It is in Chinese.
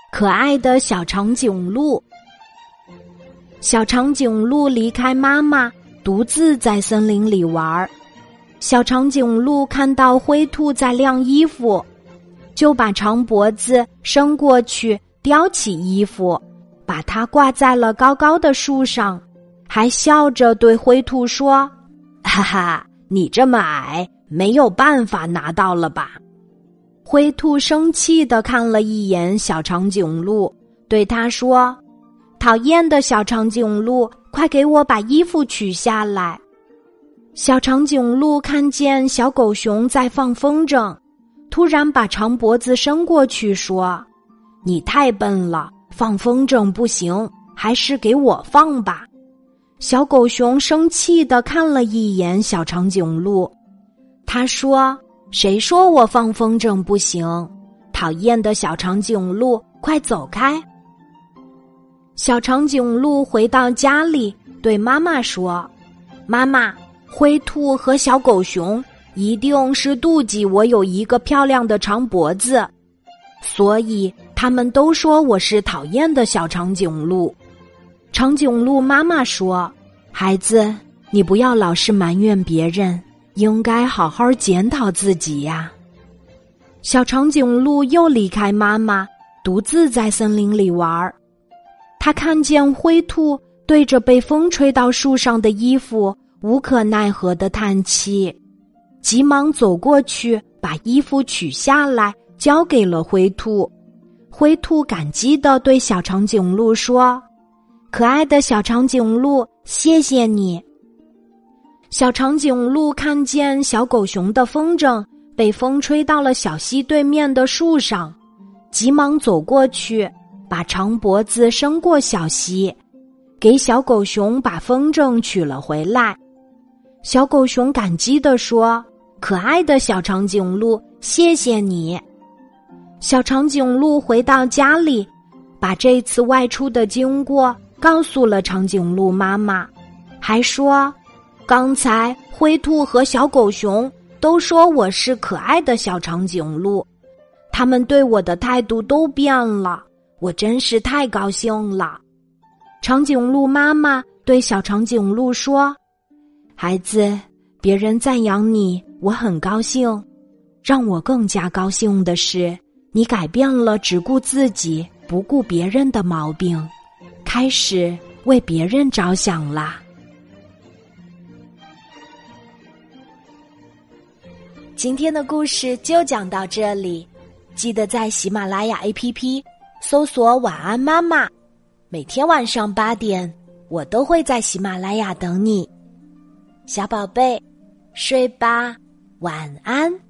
可爱的小长颈鹿。小长颈鹿离开妈妈，独自在森林里玩。小长颈鹿看到灰兔在晾衣服，就把长脖子伸过去叼起衣服，把它挂在了高高的树上，还笑着对灰兔说：哈哈，你这么矮，没有办法拿到了吧。灰兔生气地看了一眼小长颈鹿，对他说：讨厌的小长颈鹿，快给我把衣服取下来。小长颈鹿看见小狗熊在放风筝，突然把长脖子伸过去说：你太笨了，放风筝不行，还是给我放吧。小狗熊生气地看了一眼小长颈鹿，他说：谁说我放风筝不行？讨厌的小长颈鹿，快走开！小长颈鹿回到家里，对妈妈说：妈妈，灰兔和小狗熊一定是妒忌我有一个漂亮的长脖子，所以他们都说我是讨厌的小长颈鹿。长颈鹿妈妈说：孩子，你不要老是埋怨别人，应该好好检讨自己呀。小长颈鹿又离开妈妈，独自在森林里玩。他看见灰兔对着被风吹到树上的衣服无可奈何地叹气，急忙走过去把衣服取下来交给了灰兔。灰兔感激地对小长颈鹿说：可爱的小长颈鹿，谢谢你。小长颈鹿看见小狗熊的风筝被风吹到了小溪对面的树上，急忙走过去，把长脖子伸过小溪，给小狗熊把风筝取了回来。小狗熊感激地说：可爱的小长颈鹿，谢谢你。小长颈鹿回到家里，把这次外出的经过告诉了长颈鹿妈妈，还说刚才灰兔和小狗熊都说我是可爱的小长颈鹿，他们对我的态度都变了，我真是太高兴了。长颈鹿妈妈对小长颈鹿说：孩子，别人赞扬你，我很高兴。让我更加高兴的是，你改变了只顾自己不顾别人的毛病，开始为别人着想啦。今天的故事就讲到这里，记得在喜马拉雅 APP 搜索晚安妈妈，每天晚上8点，我都会在喜马拉雅等你。小宝贝，睡吧，晚安。